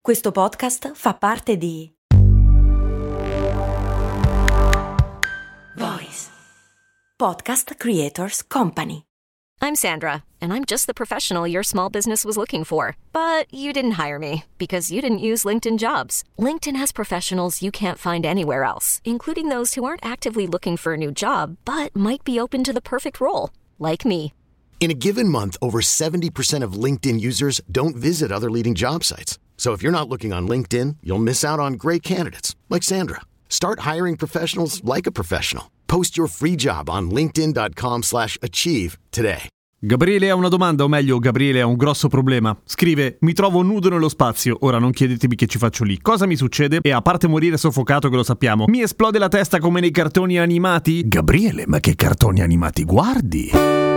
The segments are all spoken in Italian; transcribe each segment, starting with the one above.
Questo podcast fa parte di Voice Podcast Creators Company. I'm Sandra, and I'm just the professional your small business was looking for. But you didn't hire me because you didn't use LinkedIn Jobs. LinkedIn has professionals you can't find anywhere else, including those who aren't actively looking for a new job, but might be open to the perfect role, like me. In a given month, over 70% of LinkedIn users don't visit other leading job sites. So if you're not looking on LinkedIn, you'll miss out on great candidates like Sandra. Start hiring professionals like a professional. Post your free job on linkedin.com/achieve today. Gabriele ha una domanda, o meglio, Gabriele ha un grosso problema. Scrive: mi trovo nudo nello spazio, ora non chiedetemi che ci faccio lì. Cosa mi succede? E a parte morire soffocato, che lo sappiamo, mi esplode la testa come nei cartoni animati? Gabriele, ma che cartoni animati guardi?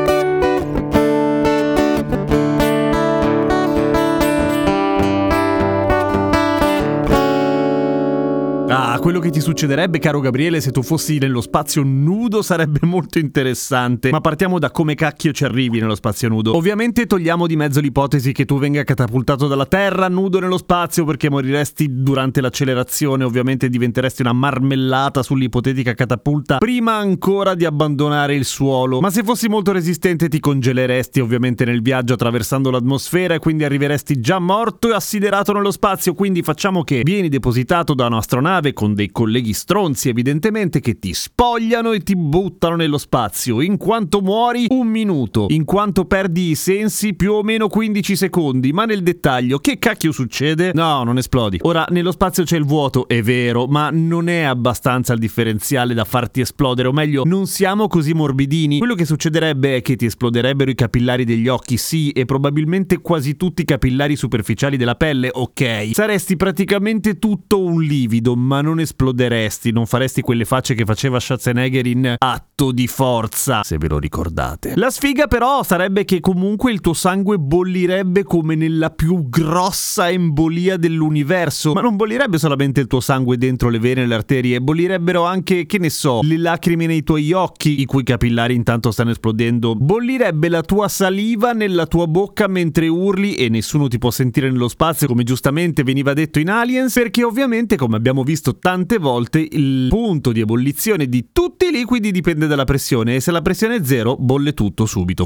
Ah, quello che ti succederebbe, caro Gabriele, se tu fossi nello spazio nudo sarebbe molto interessante. Ma partiamo da come cacchio ci arrivi nello spazio nudo. Ovviamente togliamo di mezzo l'ipotesi che tu venga catapultato dalla Terra nudo nello spazio, perché moriresti durante l'accelerazione. Ovviamente diventeresti una marmellata sull'ipotetica catapulta prima ancora di abbandonare il suolo. Ma se fossi molto resistente ti congeleresti ovviamente nel viaggio attraversando l'atmosfera, e quindi arriveresti già morto e assiderato nello spazio. Quindi facciamo che vieni depositato da un'astronave con dei colleghi stronzi evidentemente, che ti spogliano e ti buttano nello spazio. In quanto muori, 1 minuto. In quanto perdi i sensi, più o meno 15 secondi. Ma nel dettaglio, che cacchio succede? No, non esplodi. Ora, nello spazio c'è il vuoto, è vero, ma non è abbastanza il differenziale da farti esplodere, o meglio, non siamo così morbidini. Quello che succederebbe è che ti esploderebbero i capillari degli occhi, sì, e probabilmente quasi tutti i capillari superficiali della pelle, ok. Saresti praticamente tutto un livido, ma non esploderesti, non faresti quelle facce che faceva Schwarzenegger in Atto di forza, se ve lo ricordate. La sfiga però sarebbe che comunque il tuo sangue bollirebbe come nella più grossa embolia dell'universo, ma non bollirebbe solamente il tuo sangue dentro le vene e le arterie, bollirebbero anche, che ne so, le lacrime nei tuoi occhi, i cui capillari intanto stanno esplodendo, bollirebbe la tua saliva nella tua bocca mentre urli e nessuno ti può sentire nello spazio, come giustamente veniva detto in Aliens, perché ovviamente, come abbiamo visto tante volte, il punto di ebollizione di tutti i liquidi dipende dalla pressione, e se la pressione è 0 bolle tutto subito.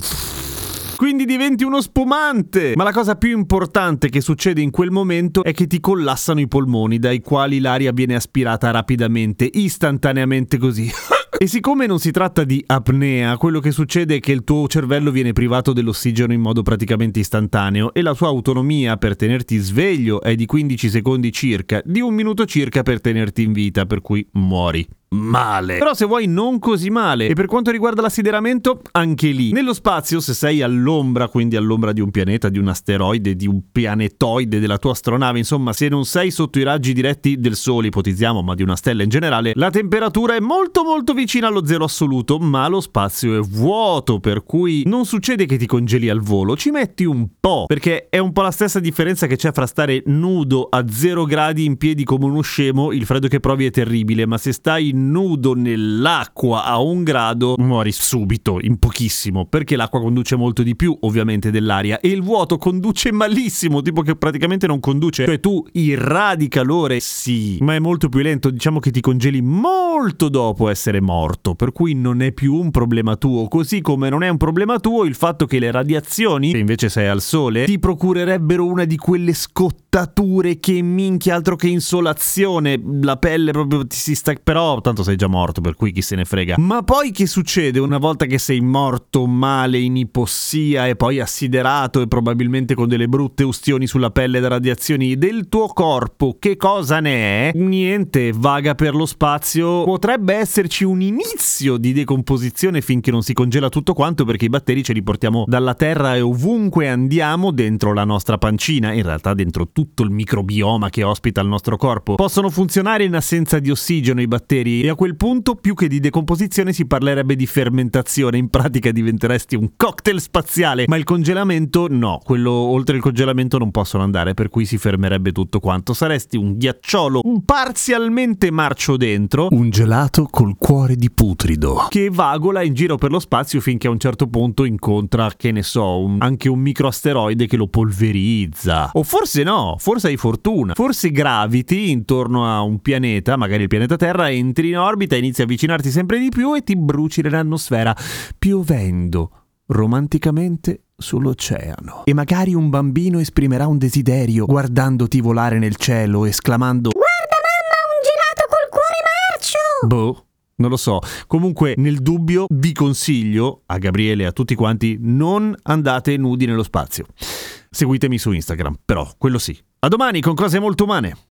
Quindi diventi uno spumante. Ma la cosa più importante che succede in quel momento è che ti collassano i polmoni, dai quali l'aria viene aspirata rapidamente, istantaneamente così. E siccome non si tratta di apnea, quello che succede è che il tuo cervello viene privato dell'ossigeno in modo praticamente istantaneo, e la sua autonomia per tenerti sveglio è di 15 secondi circa, di 1 minuto circa per tenerti in vita, per cui muori. Male. Però se vuoi non così male. E per quanto riguarda l'assideramento, anche lì nello spazio, se sei all'ombra, quindi all'ombra di un pianeta, di un asteroide, di un pianetoide della tua astronave, insomma se non sei sotto i raggi diretti del sole, ipotizziamo, ma di una stella in generale, la temperatura è molto molto vicina allo zero assoluto, ma lo spazio è vuoto, per cui non succede che ti congeli al volo, ci metti un po', perché è un po' la stessa differenza che c'è fra stare nudo a 0 gradi in piedi come uno scemo. Il freddo che provi è terribile, ma se stai nudo nell'acqua a 1 grado muori subito, in pochissimo, perché l'acqua conduce molto di più ovviamente dell'aria, e il vuoto conduce malissimo, tipo che praticamente non conduce, cioè tu irradi calore sì, ma è molto più lento, diciamo che ti congeli molto dopo essere morto, per cui non è più un problema tuo, così come non è un problema tuo il fatto che le radiazioni, se invece sei al sole, ti procurerebbero una di quelle scottature che minchia, altro che insolazione, la pelle proprio ti si sta, però tanto sei già morto, per cui chi se ne frega. Ma poi che succede una volta che sei morto male in ipossia e poi assiderato e probabilmente con delle brutte ustioni sulla pelle da radiazioni del tuo corpo? Che cosa ne è? Niente, vaga per lo spazio. Potrebbe esserci un inizio di decomposizione finché non si congela tutto quanto, perché i batteri ce li portiamo dalla Terra e ovunque andiamo dentro la nostra pancina, in realtà dentro tutto il microbioma che ospita il nostro corpo. Possono funzionare in assenza di ossigeno i batteri, e a quel punto più che di decomposizione si parlerebbe di fermentazione. In pratica diventeresti un cocktail spaziale, ma il congelamento no, quello oltre il congelamento non possono andare, per cui si fermerebbe tutto quanto. Saresti un ghiacciolo parzialmente marcio dentro, Un gelato col cuore di putrido. che vagola in giro per lo spazio finché a un certo punto incontra, che ne so, anche un microasteroide che lo polverizza. O forse no, forse hai fortuna. Forse graviti intorno a un pianeta, magari il pianeta Terra, entri in orbita, inizi a avvicinarti sempre di più e ti bruci nell'atmosfera, piovendo romanticamente sull'oceano. E magari un bambino esprimerà un desiderio guardandoti volare nel cielo, esclamando: Guarda mamma, un gelato col cuore marcio! boh, non lo so. Comunque, nel dubbio, vi consiglio, a Gabriele e a tutti quanti, non andate nudi nello spazio. Seguitemi su Instagram, però, quello sì. A domani con cose molto umane.